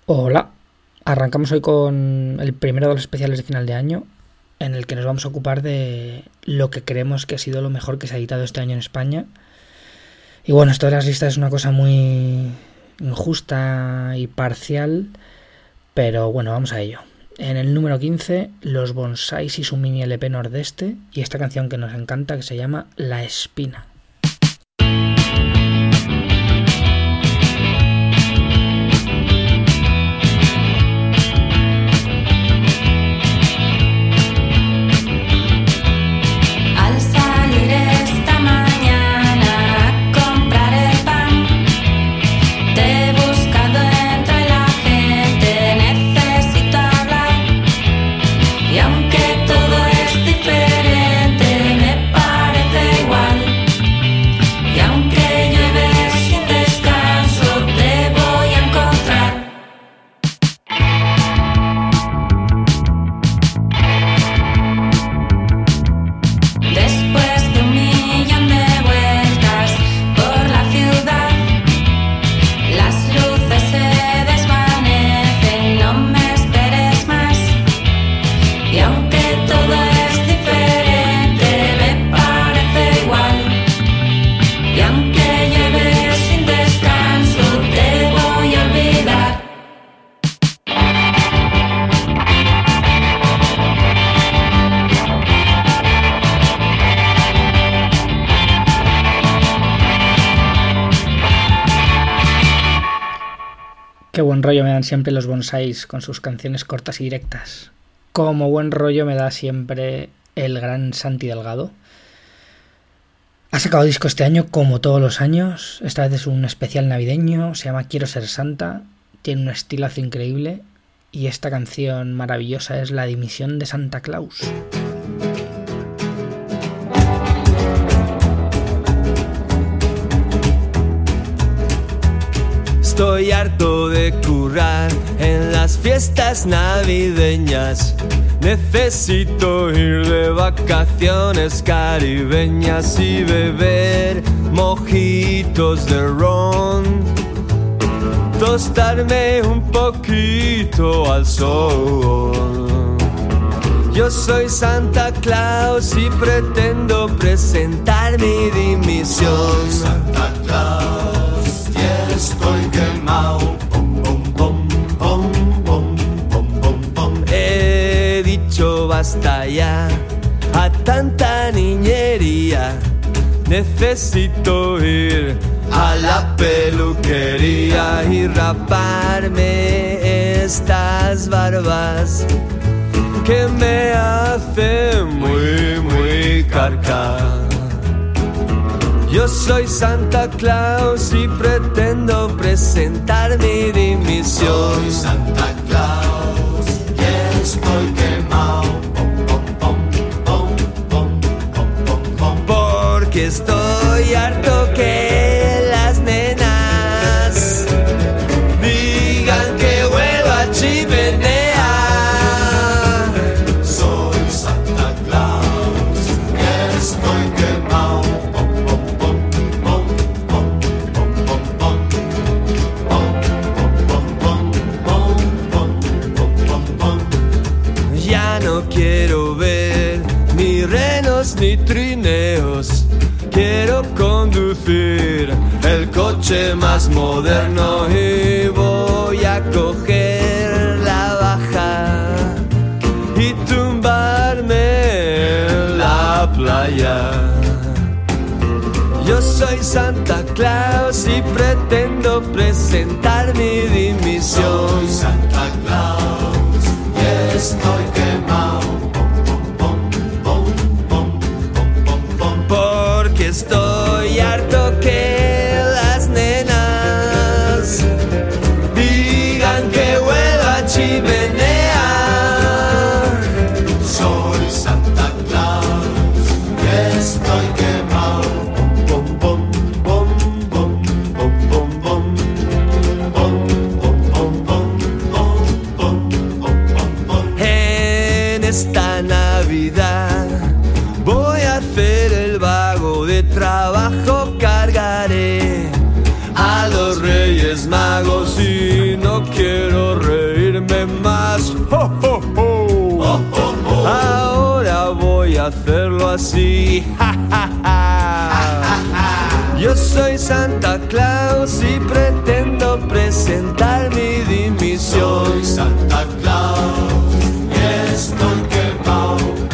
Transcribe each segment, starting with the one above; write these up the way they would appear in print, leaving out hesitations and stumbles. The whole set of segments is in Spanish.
Hola, arrancamos hoy con el primero de los especiales de final de año, en el que nos vamos a ocupar de lo que creemos que ha sido lo mejor que se ha editado este año en España. Y bueno, esto de las listas es una cosa muy injusta y parcial, pero bueno, vamos a ello. En el número 15, Los Bonsáis y su mini LP Nordeste, y esta canción que nos encanta que se llama La Espina. Qué buen rollo me dan siempre los Bonsáis con sus canciones cortas y directas. Como buen rollo me da siempre el gran Santi Delgado. Ha sacado disco este año como todos los años. Esta vez es un especial navideño. Se llama Quiero ser Santa. Tiene un estilazo increíble. Y esta canción maravillosa es La dimisión de Santa Claus. Estoy harto de currar en las fiestas navideñas. Necesito ir de vacaciones caribeñas y beber mojitos de ron. Tostarme un poquito al sol. Yo soy Santa Claus y pretendo presentar mi dimisión. Soy Santa Claus y estoy quemado. He dicho basta ya a tanta niñería. Necesito ir a la peluquería y raparme estas barbas que me hacen muy carca. Yo soy Santa Claus y pretendo presentar mi dimisión. Soy Santa Claus y estoy quemado. Porque estoy harto que las nenas digan que huelo a chimenea. Soy Santa Claus y estoy quemado. Ya no quiero ver ni renos ni trineos. Quiero conducir el coche más moderno y voy a coger la baja y tumbarme en la playa. Yo soy Santa Claus y pretendo presentar mi dimisión. Soy Santa Claus y estoy quemado. Porque estoy harto que las nenas digan que huelo a chimenea. Soy Santa Claus y estoy quemado. Ahora voy a hacerlo así. Yo soy Santa Claus y pretendo presentar mi dimisión. Soy Santa Claus y estoy quemado.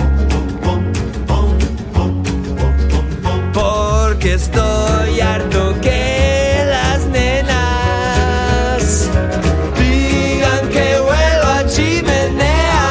Porque estoy harto que las nenas digan que vuelo a chimenea.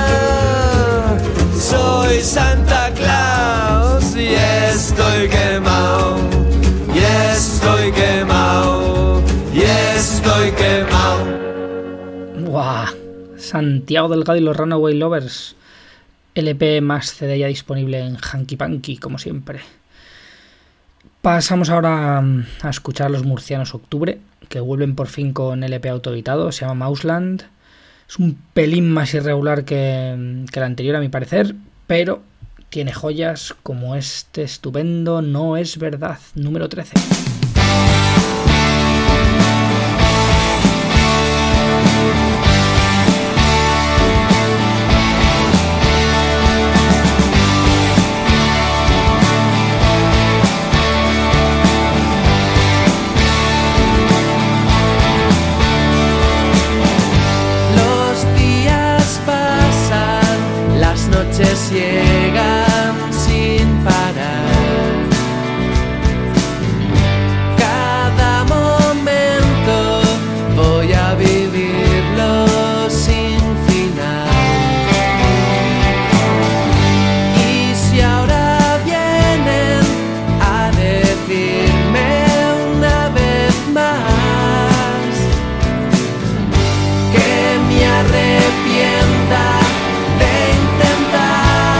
Soy Santa Claus y estoy quemado. Y estoy quemado. Y estoy quemado. ¡Buah! Santiago Delgado y los Runaway Lovers. LP más CD ya disponible en Hanky Panky, como siempre. Pasamos ahora a escuchar a los murcianos Octubre, que vuelven por fin con LP autoeditado, se llama Mouseland. Es un pelín más irregular que el anterior a mi parecer, pero tiene joyas como este estupendo No es verdad, número 13. Llegan sin parar. Cada momento voy a vivirlo sin final. Y si ahora vienen a decirme una vez más que me arrepienta de intentar.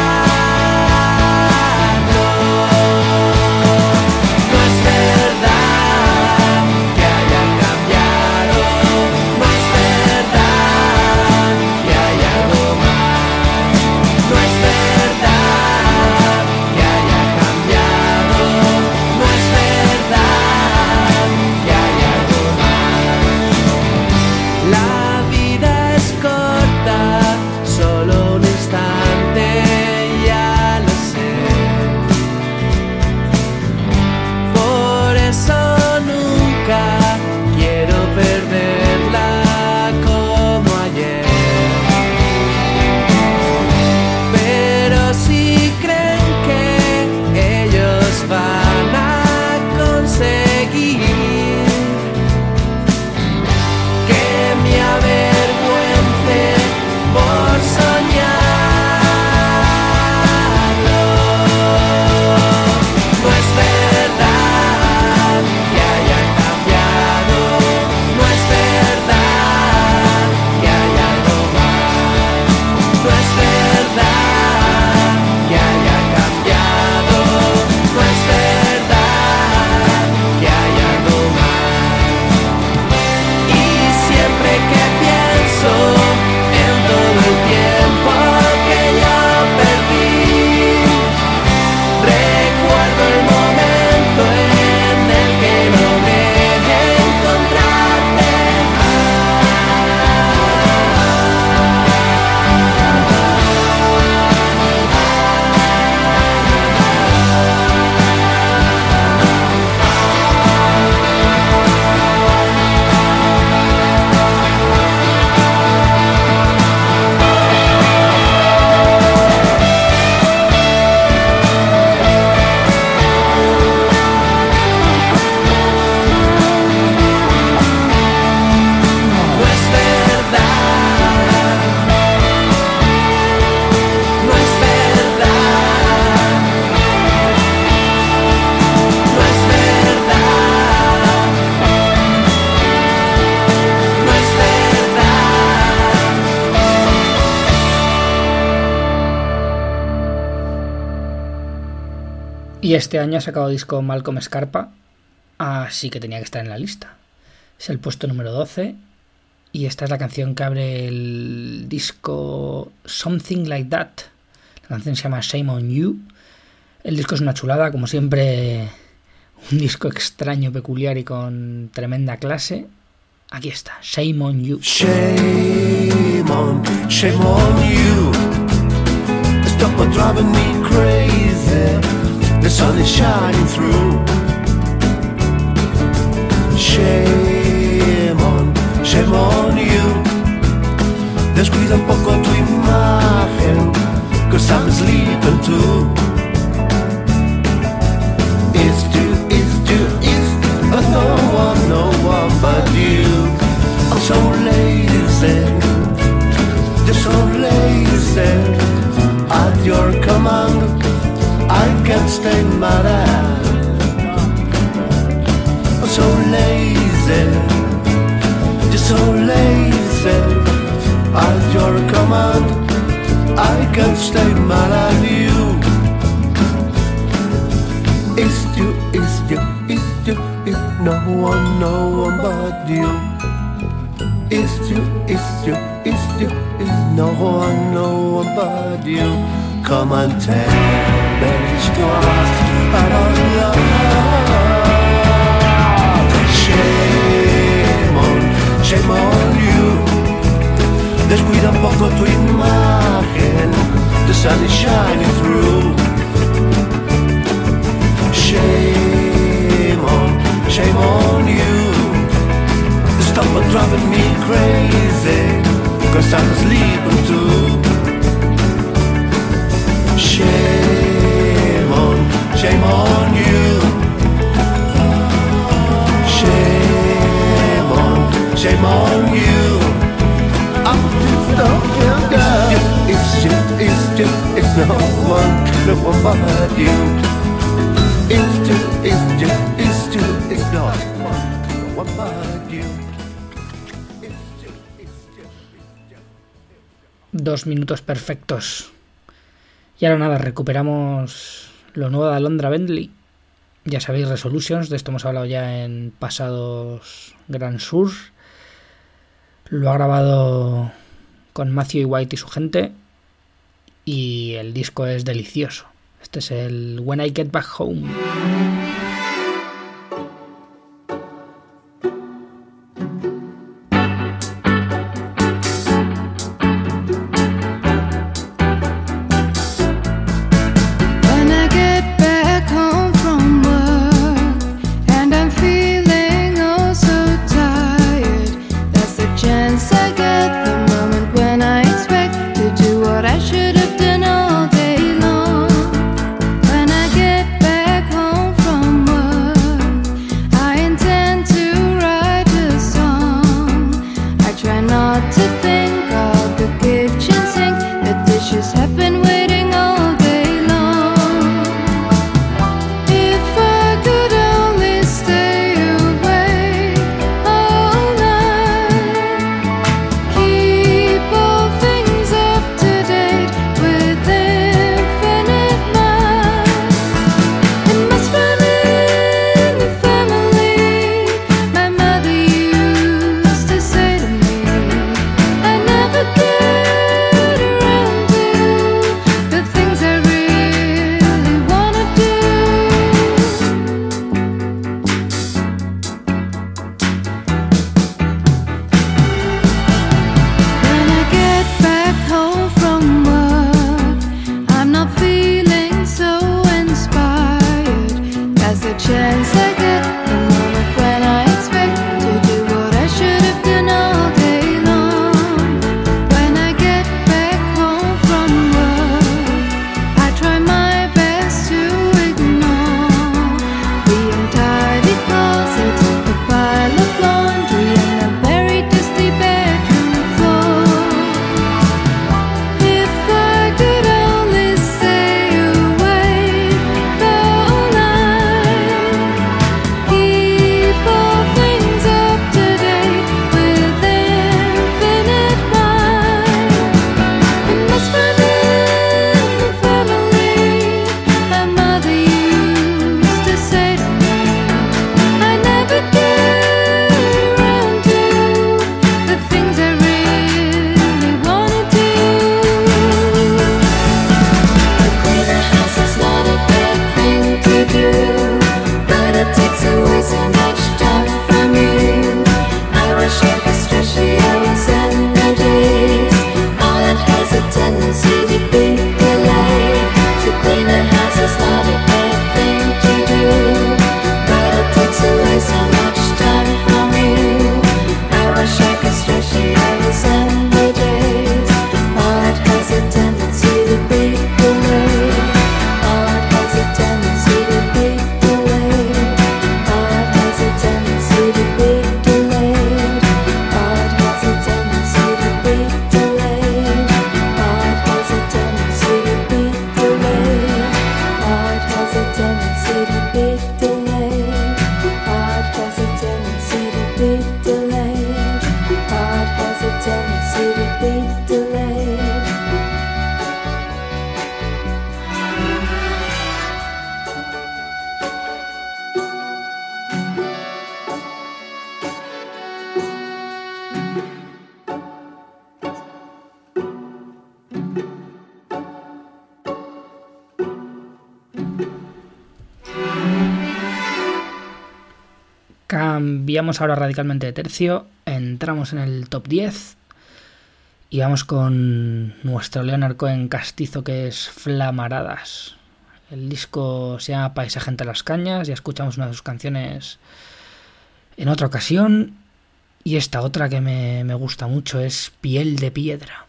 Y este año ha sacado disco Malcolm Scarpa, así que tenía que estar en la lista. Es el puesto número 12 y esta es la canción que abre el disco Something Like That. La canción se llama Shame on You. El disco es una chulada, como siempre, un disco extraño, peculiar y con tremenda clase. Aquí está, Shame on You. Shame on you. Stop driving me crazy. The sun is shining through. Shame on you. Descuida un poco tu imagen, 'cause I'm sleeping too. It's no one but you. I'm so lazy, just so lazy. At your command, I can't stay mad at. I'm so lazy, just so lazy. At your command, I can't stay mad at you. It's you, no one but you. It's you, no one but you. Come and tell me it's trust, I don't love. Shame on you. Descuida un poco tu imagen, the sun is shining through. Shame on you. Stop driving me crazy, 'cause I'm sleeping too. Shame on you. Shame on you. It's no one but you. It's no one but you. 2 minutos perfectos. Y ahora nada, recuperamos lo nuevo de Alondra Bentley. Ya sabéis, Resolutions, de esto hemos hablado ya en pasados Grand Sur. Lo ha grabado con Matthew White y su gente. Y el disco es delicioso. Este es el When I Get Back Home. cambiamos ahora radicalmente de tercio, entramos en el top 10 y vamos con nuestro Leonard Cohen castizo, que es Flamaradas. El disco se llama Paisaje entre las cañas, ya escuchamos una de sus canciones en otra ocasión, y esta otra que me gusta mucho es Piel de Piedra.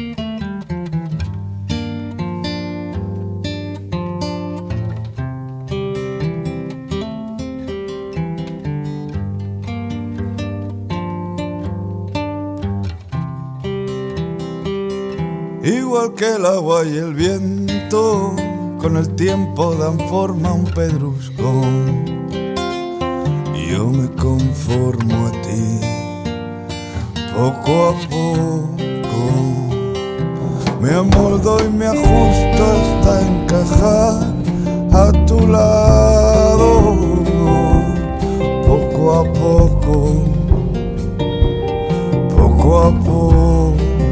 Igual que el agua y el viento, con el tiempo dan forma a un pedruscón. Yo me conformo a ti, poco a poco. Me amoldo y me ajusto hasta encajar a tu lado. Poco a poco, poco a poco.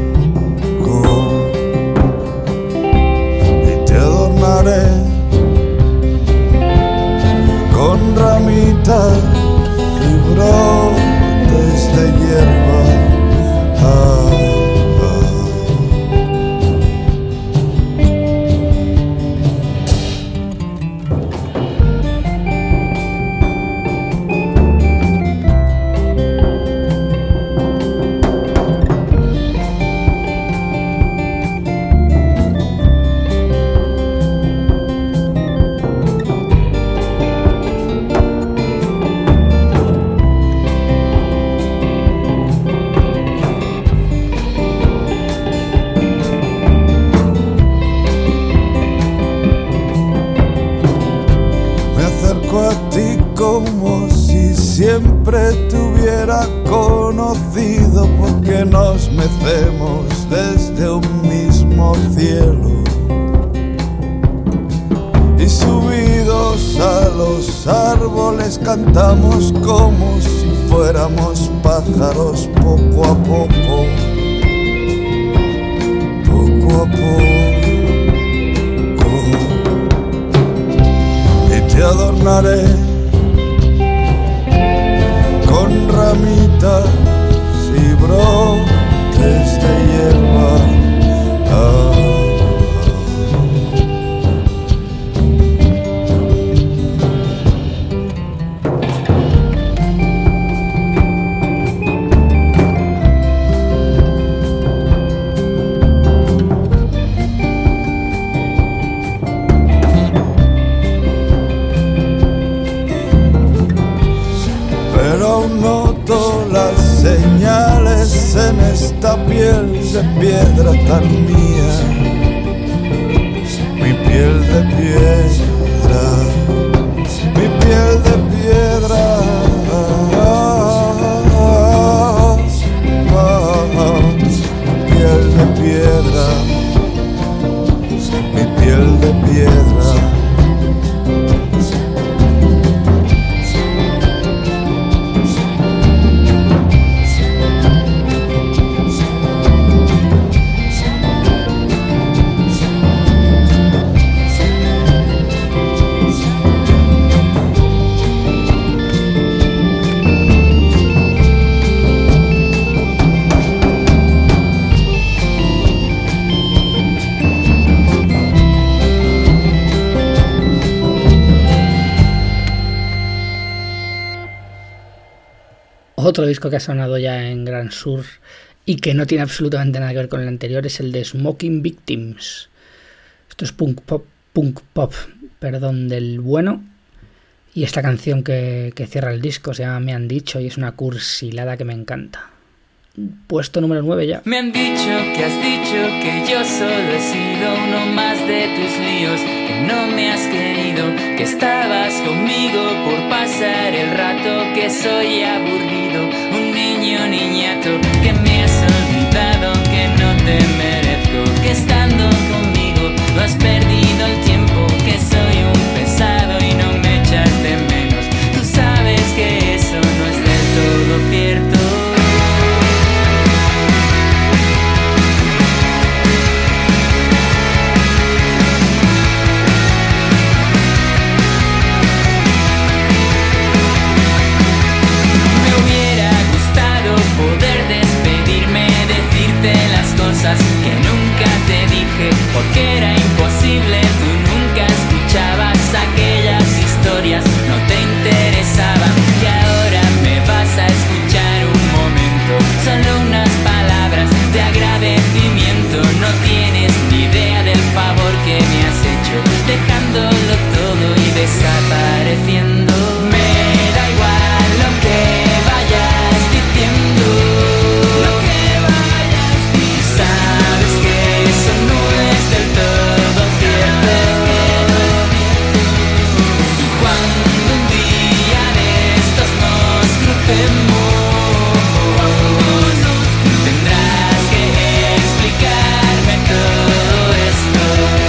Con ramitas y brotes de hierba. Como si siempre te hubiera conocido, porque nos mecemos desde un mismo cielo. Y subidos a los árboles cantamos como si fuéramos pájaros, poco a poco, poco a poco. Y te adornaré con ramitas y brotes de hierba. Noto las señales en esta piel de piedra tan mía, mi piel de piedra, mi piel de piedra, mi piel de piedra, mi piel de piedra. Otro disco que ha sonado ya en Gran Sur y que no tiene absolutamente nada que ver con el anterior es el de Smoking Victims. Esto es punk pop, del bueno. Y esta canción que cierra el disco se llama Me han dicho y es una cursilada que me encanta. Puesto número 9 ya. Me han dicho que has dicho que yo solo he sido uno más de tus líos, que no me has querido, que estabas conmigo por pasar el rato, que soy aburrido, un niño niñato, que me has olvidado, que no te merezco, que estando conmigo no has perdido el tiempo, que soy un pesado y no me echas de menos. Tú sabes que eso no es del todo cierto. cosas que nunca te dije, porque era imposible, tú nunca escuchabas aquellas historias, no te interesaban, y ahora me vas a escuchar un momento, solo unas palabras de agradecimiento, no tienes ni idea del favor que me has hecho, dejándolo todo y desapareciendo. Me da igual lo que vayas diciendo, lo que vayas diciendo. Sabes que eso no es del todo cierto. Y cuando un día de estos nos crucemos, tendrás que explicarme todo esto.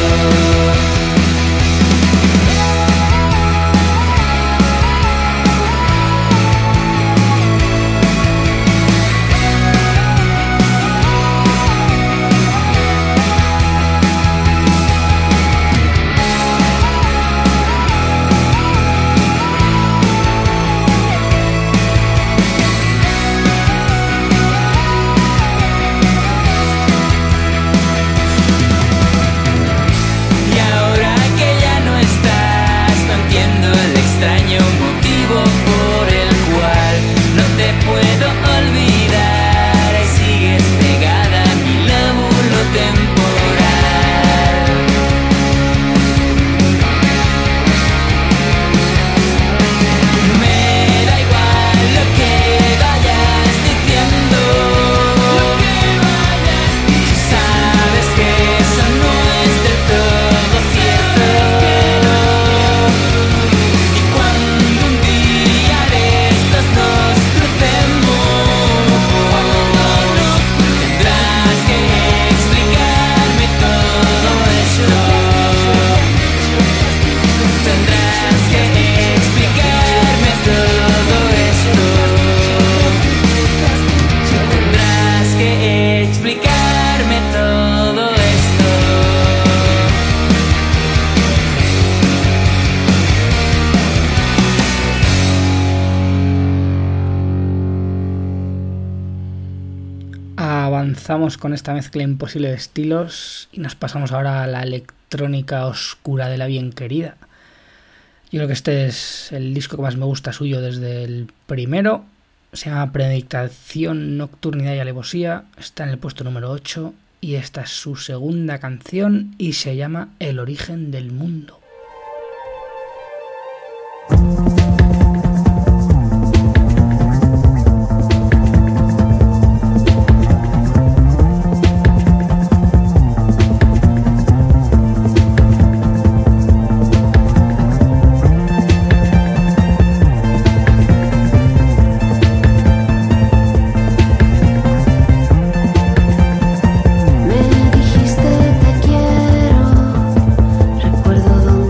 Y ahora que ya no estás, no entiendo el extraño motivo por el cual no te puedo olvidar y sigues pegada a mi lóbulo temporal. Me da igual lo que vayas diciendo, lo que vayas diciendo. Sabes que eso no es del todo cierto. Y cuando un día de estos nos crucemos, tendrás que explicarme todo esto. Tendrás que explicarme todo esto. Tendrás que explicarme todo esto. Avanzamos con esta mezcla imposible de estilos y nos pasamos ahora a la electrónica oscura de la bien querida. Yo creo que este es el disco que más me gusta suyo desde el primero. Se llama Premeditación, Nocturnidad y Alevosía. Está en el puesto número 8 y esta es su segunda canción y se llama El origen del mundo. Me dijiste te quiero, recuerdo donde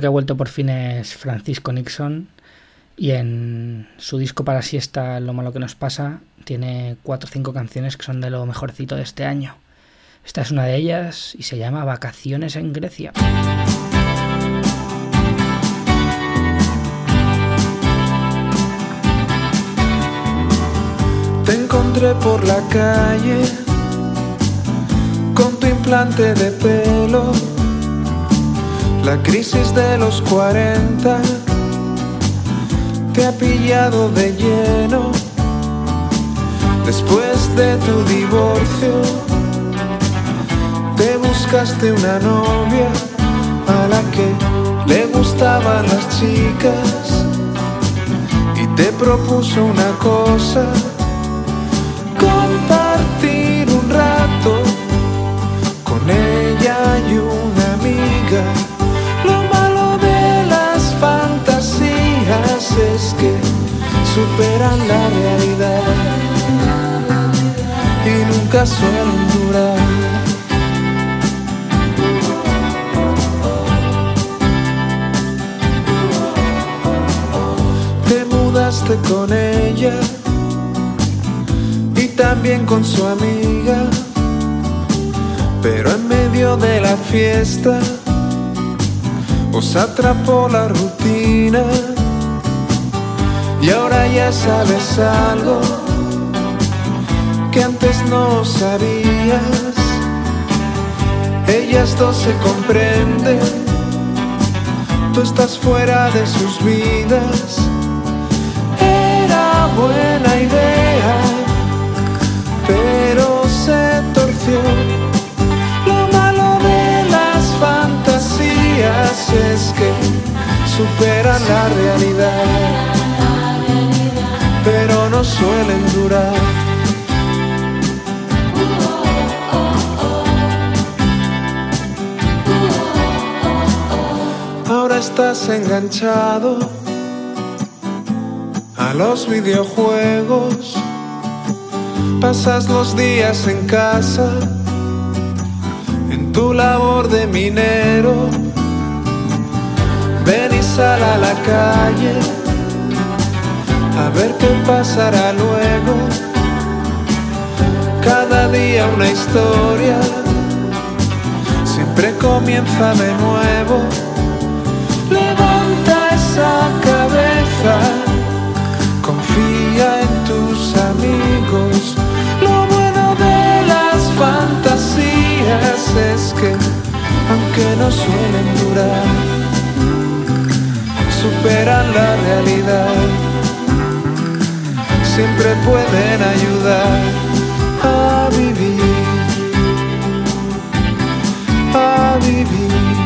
que ha vuelto por fin es Francisco Nixon, y en su disco Para Siesta, Lo Malo Que Nos Pasa, tiene 4 o 5 canciones que son de lo mejorcito de este año. Esta es una de ellas y se llama Vacaciones en Grecia. Te encontré por la calle con tu implante de pelo, la crisis de los 40 te ha pillado de lleno. Después de tu divorcio te buscaste una novia a la que le gustaban las chicas y te propuso una cosa: compartir un rato con ella y una amiga. Lo malo de las fantasías es que superan la realidad y nunca suelen durar. Te mudaste con ella y también con su amiga, pero en medio de la fiesta os atrapó la rutina y ahora ya sabes algo que antes no sabías. Ellas dos se comprenden, tú estás fuera de sus vidas. Era buena idea, pero se torció. Lo malo de las fantasías es que superan la realidad, pero no suelen durar. Ahora estás enganchado a los videojuegos, pasas los días en casa, en tu labor de minero. Ven y sal a la calle a ver qué pasará luego. Cada día una historia, siempre comienza de nuevo. Levanta esa cabeza, confía en tus amigos. Lo bueno de las fantasías es que, aunque no suelen durar, superan la realidad. Siempre pueden ayudar a vivir, a vivir.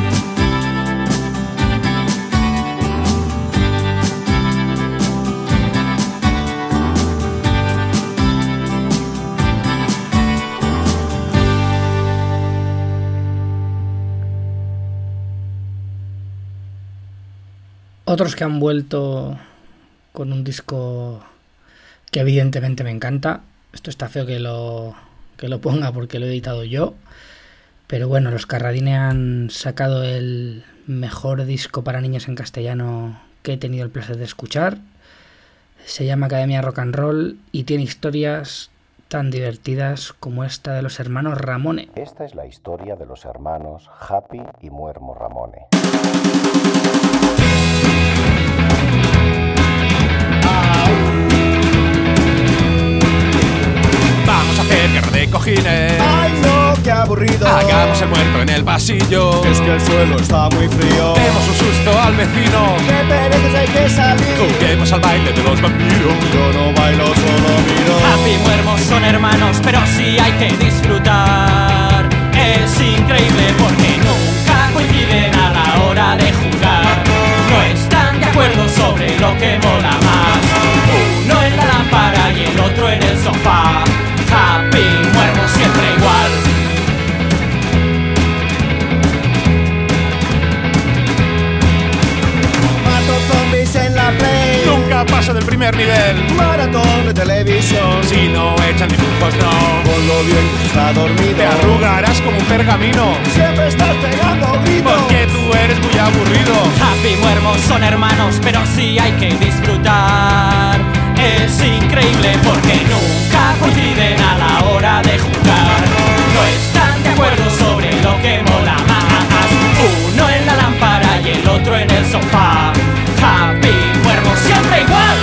Otros que han vuelto con un disco que evidentemente me encanta. Esto está feo que lo ponga porque lo he editado yo, pero bueno, los Carradine han sacado el mejor disco para niños en castellano que he tenido el placer de escuchar. Se llama Academia Rock and Roll y tiene historias tan divertidas como esta de los hermanos Ramone. Esta es la historia de los hermanos Happy y Muermo Ramone. Vamos a hacer guerra de cojines. ¡Ay no, qué aburrido! Hagamos el muerto en el pasillo. Es que el suelo está muy frío. Demos un susto al vecino. ¡Qué pereces, hay que salir! Juguemos al baile de los vampiros. Yo no bailo, solo miro. Happy y Muermo son hermanos, pero sí hay que disfrutar. Es increíble porque nunca coinciden a la hora de jugar. No están de acuerdo sobre lo que mola más. Uno en la lámpara y el otro en el sofá. Happy y Muermo siempre igual. Mato zombies en la play. Nunca nunca pasa del primer nivel. Maratón de televisión. Si no echan dibujos, no. Ponlo bien que está dormido. Te arrugarás como un pergamino. Siempre estás pegando gritos. Porque tú eres muy aburrido. Happy Muermo son hermanos, pero sí hay que disfrutar. Es increíble porque nunca coinciden a la hora de jugar. No están de acuerdo sobre lo que mola más. Uno en la lámpara y el otro en el sofá. Happy Muermo siempre igual.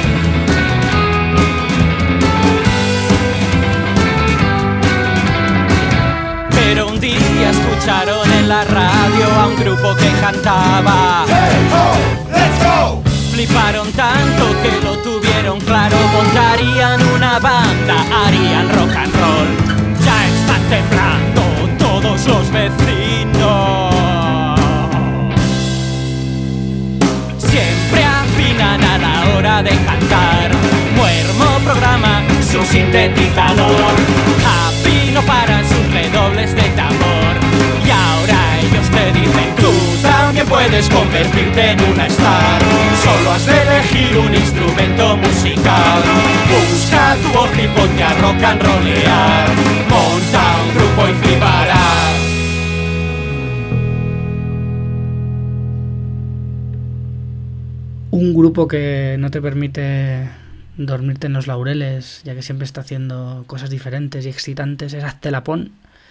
Pero un día escucharon en la radio a un grupo que cantaba Hey ho, let's go. Fliparon tanto que lo tuvieron claro. Montarían una banda, harían rock and roll. Ya están temblando todos los vecinos. Siempre afinan a la hora de cantar. Muermo programa su sintetizador. Happy no paran sus redobles de tambor. Y ahora ellos te dicen: tú también puedes convertirte en una star. Solo has de elegir un instrumento musical. Busca tu voz y ponte a rock and rollear. Monta un grupo y fliparás. Un grupo que no te permite dormirte en los laureles, ya que siempre está haciendo cosas diferentes y excitantes, es Hazte la Pon.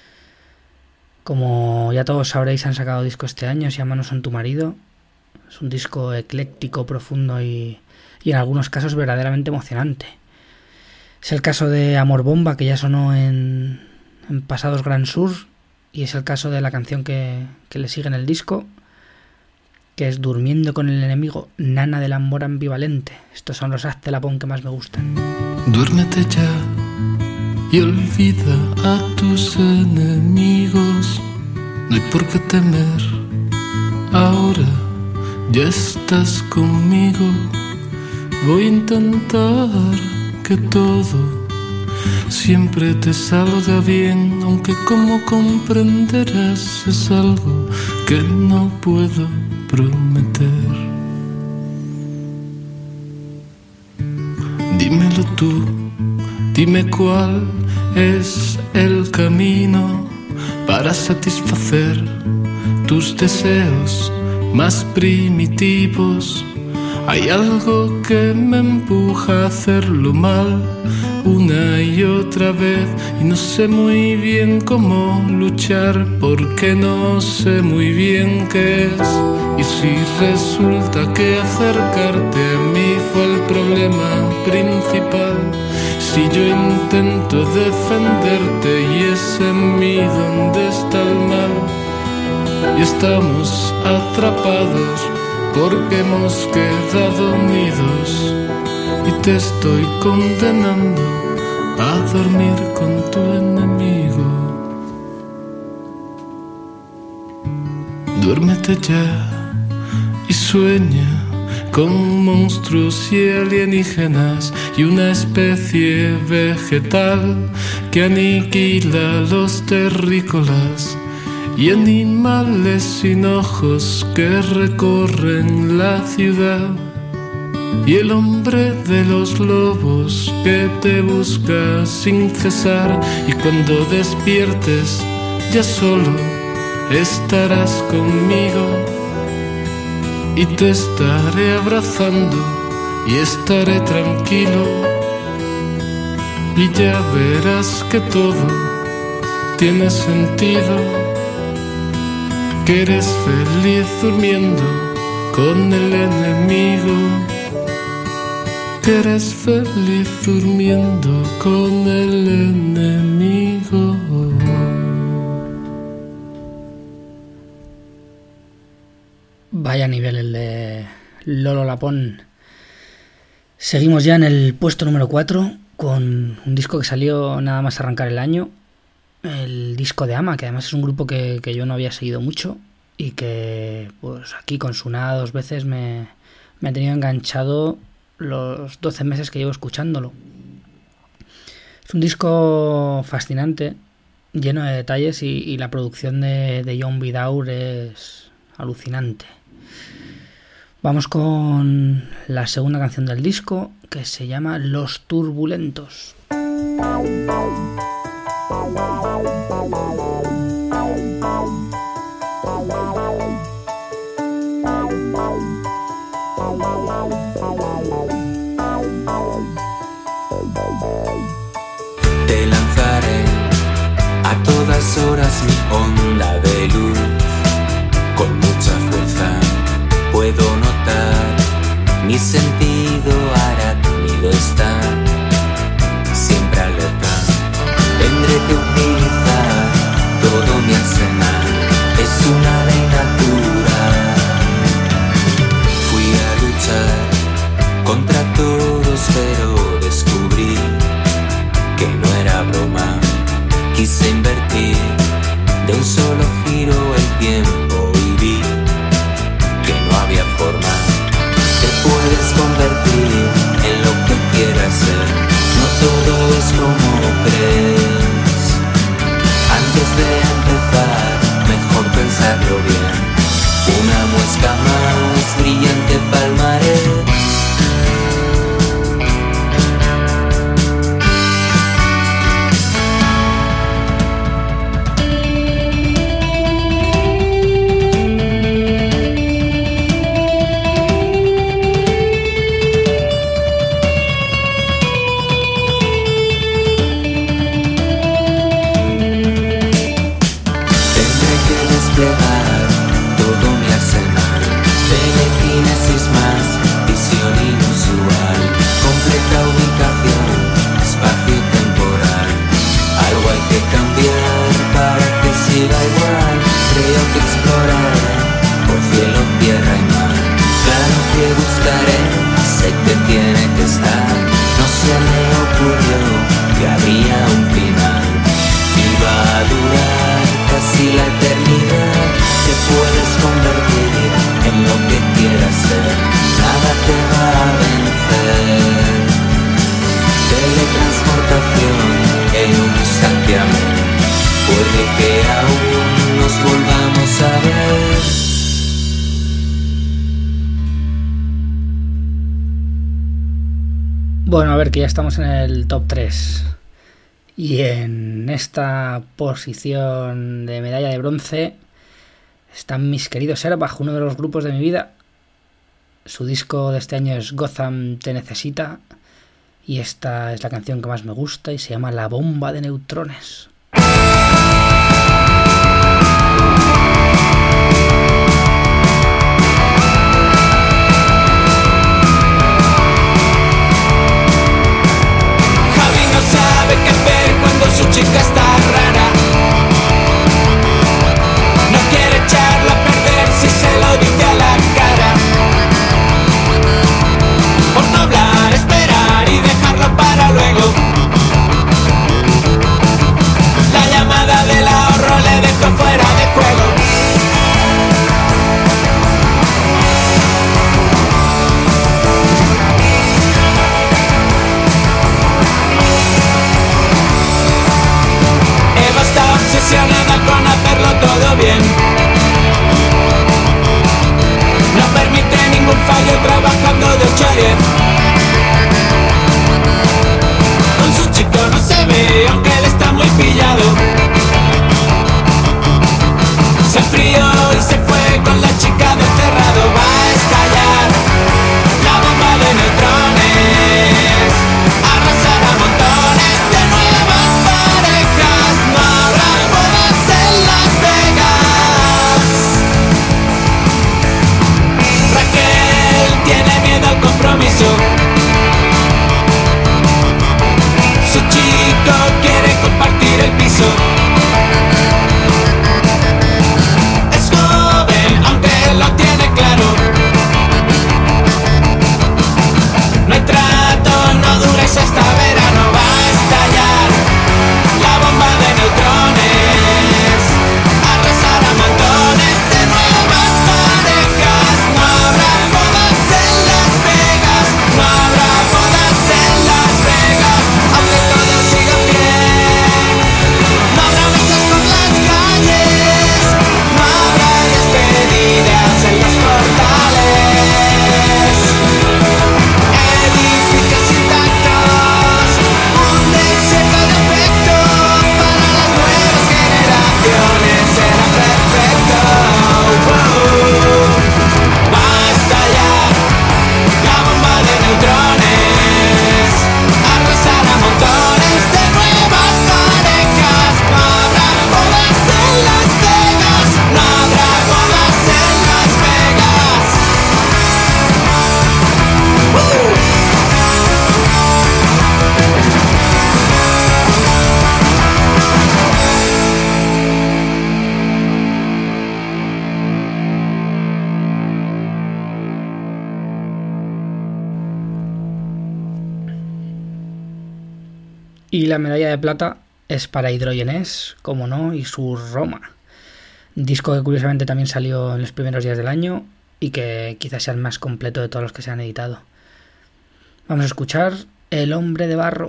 Como ya todos sabréis, han sacado disco este año, se llama No son tu marido. Es un disco ecléctico, profundo y en algunos casos verdaderamente emocionante. Es el caso de Amor Bomba, que ya sonó en pasados Gran Sur, y es el caso de la canción que le sigue en el disco, que es Durmiendo con el enemigo, Nana del amor ambivalente. Estos son los Hazte la Pon que más me gustan. Duérmete ya y olvida a tus enemigos. No hay por qué temer, ahora ya estás conmigo. Voy a intentar que todo siempre te salga bien, aunque como comprenderás es algo que no puedo prometer. Dímelo tú, dime cuál es el camino para satisfacer tus deseos más primitivos. Hay algo que me empuja a hacerlo mal una y otra vez, y no sé muy bien cómo luchar porque no sé muy bien qué es. Y si resulta que acercarte a mí fue el problema principal, si yo intento defenderte y es en mí donde está el mal, y estamos atrapados porque hemos quedado unidos, y te estoy condenando a dormir con tu enemigo. Duérmete ya y sueña con monstruos y alienígenas y una especie vegetal que aniquila a los terrícolas y animales sin ojos que recorren la ciudad, y el hombre de los lobos que te busca sin cesar, y cuando despiertes ya solo estarás conmigo y te estaré abrazando y estaré tranquilo, y ya verás que todo tiene sentido, que eres feliz durmiendo con el enemigo, que eres feliz durmiendo con el enemigo. Vaya nivel el de Lolo Lapón. Seguimos ya en el puesto número 4 con un disco que salió nada más arrancar el año, el disco de Ama, que además es un grupo que yo no había seguido mucho y que pues aquí con Suná 2 veces me ha tenido enganchado los 12 meses que llevo escuchándolo. Es un disco fascinante, lleno de detalles, y la producción de John Vidaur es alucinante. Vamos con la segunda canción del disco, que se llama Los Turbulentos. Te lanzaré a todas horas mi onda de luz. Con mucha fuerza puedo notar, mi sentido arácnido está siempre alerta. Tendré que utilizar todo mi arsenal, es una ley natural. Fui a luchar contra todos, pero descubrí que no era broma. Quise invertir de un solo giro el tiempo y vi que no había forma. Te puedes convertir en lo que quieras ser, no todo es como crees. Antes de empezar, mejor pensarlo bien. Una muesca más, brillante palmarés. Todo mi arsenal, telequinesis más, visión inusual, completa ubicación, espacio temporal. Algo hay que cambiar para que siga igual. Creo que exploraré por cielo, tierra y mar. Claro que buscaré, sé que tiene que estar. No se me ocurrió que habría un final. Iba a durar casi la eternidad. Te puedes convertir en lo que quieras ser, nada te va a vencer. Teletransportación en un santiamén, puede que aún nos volvamos a ver. Bueno, a ver, que ya estamos en el top 3. Y en esta posición de medalla de bronce están mis queridos Erbaj, uno de los grupos de mi vida. Su disco de este año es Gotham Te Necesita. Y esta es la canción que más me gusta y se llama La Bomba de Neutrones. Sabe qué hacer cuando su chica está rara. No quiere echarla a perder si se lo dice a la cara. Por no hablar, esperar y dejarlo para luego. La llamada del ahorro le dejó fuera de juego. Obsesionada con hacerlo todo bien. No permite ningún fallo trabajando de 8 a 10. Con su chico no se ve, aunque él está muy pillado. Se enfrió y se fue con la chica de cerrado. Va a estallar la bomba de neutrones, arrasar a montones de nuevas parejas. No habrá bodas en Las Vegas. Raquel tiene miedo al compromiso. Su chico quiere compartir el piso. Es joven, aunque lo tiene claro. No hay trato, no dures hasta verano. Va a estallar la bomba de neutrones, arrasar a montones de nuevas parejas. No habrá bodas en Las Vegas, no habrá bodas en Las Vegas, aunque todo siga bien. Y la medalla de plata es para Hidrogenés, como no, y su Roma. Disco que curiosamente también salió en los primeros días del año y que quizás sea el más completo de todos los que se han editado. Vamos a escuchar El hombre de barro.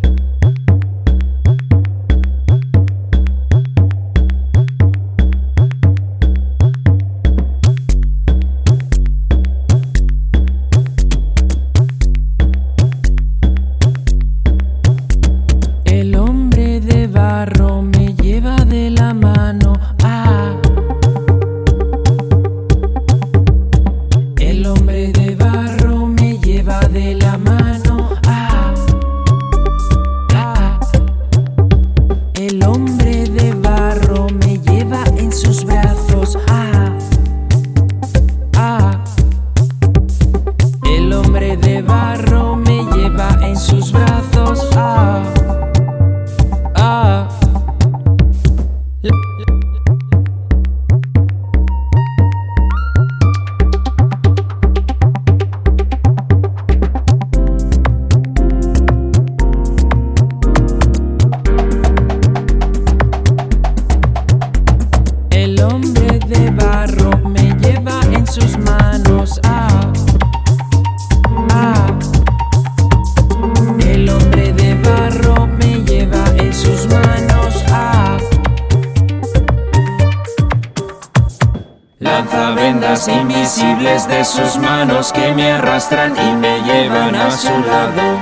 Invisibles de sus manos que me arrastran y me llevan a su lado.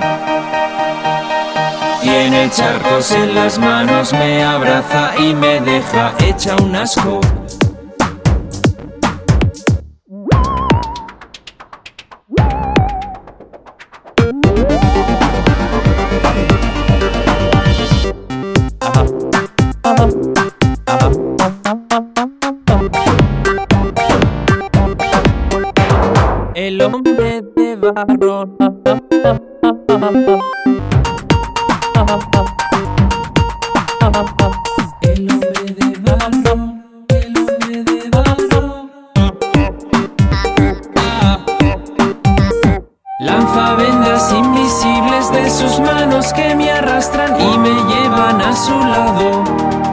Tiene charcos en las manos, me abraza y me deja hecha un asco. El hombre de barro. El hombre de barro. El hombre de barro. Lanza vendas invisibles de sus manos que me arrastran y me llevan a su lado.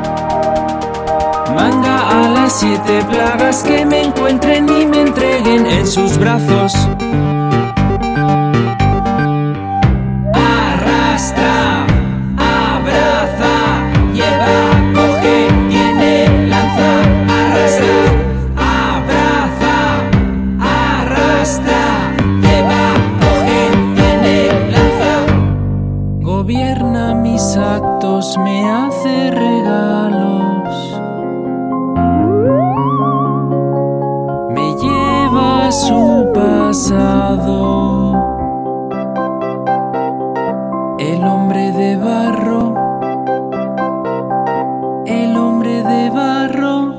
Manda a las 7 plagas que me encuentren y me entreguen en sus brazos. Arrastra, abraza, lleva, coge, tiene, lanza. Arrastra, abraza, arrastra, lleva, coge, tiene, lanza. Gobierna mis actos, me hace regalos. Su pasado. El hombre de barro. El hombre de barro.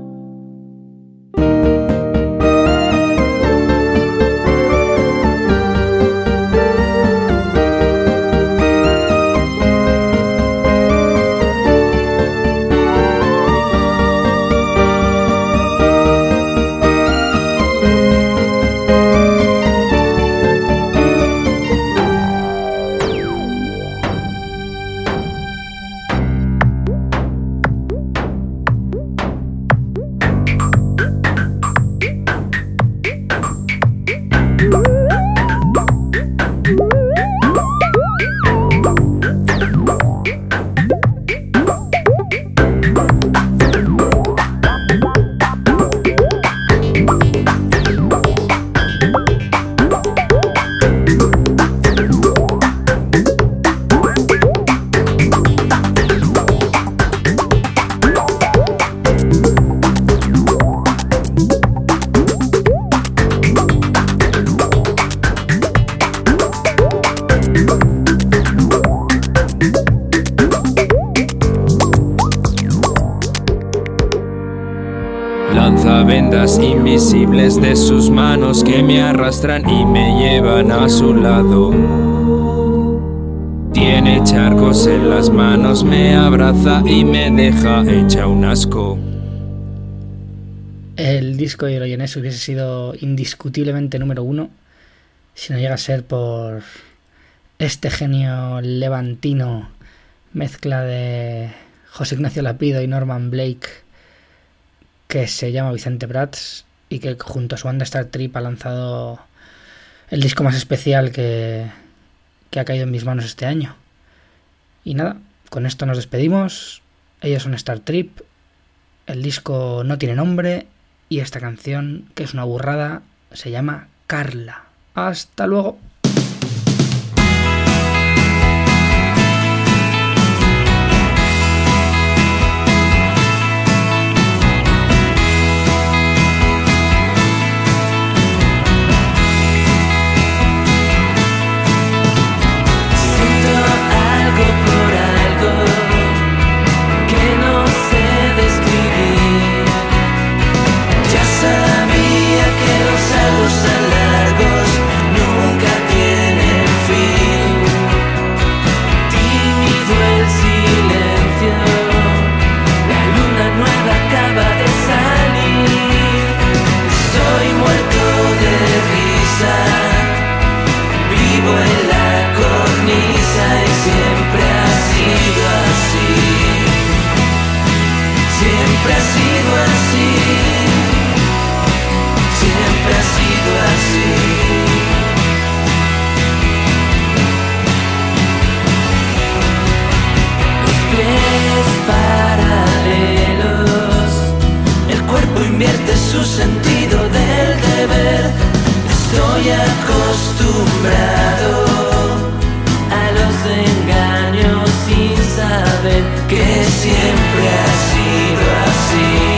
Lanza vendas invisibles de sus manos que me arrastran y me llevan a su lado. Tiene charcos en las manos, me abraza y me deja hecha un asco. El disco de Hidrogenés hubiese sido indiscutiblemente número 1 si no llega a ser por este genio levantino mezcla de José Ignacio Lapido y Norman Blake, que se llama Vicente Prats y que junto a su banda Star Trip ha lanzado el disco más especial que ha caído en mis manos este año. Y nada, con esto nos despedimos. Ellos son Star Trip, el disco no tiene nombre y esta canción, que es una burrada, se llama Carla. Hasta luego. Tan largos nunca tienen fin. Tímido el silencio, la luna nueva acaba de salir. Estoy muerto de risa, vivo en la cornisa y siempre ha sido así. Siempre ha sido así. Siempre ha sido así. Los pies paralelos, el cuerpo invierte su sentido del deber. Estoy acostumbrado a los engaños sin saber que siempre ha sido así.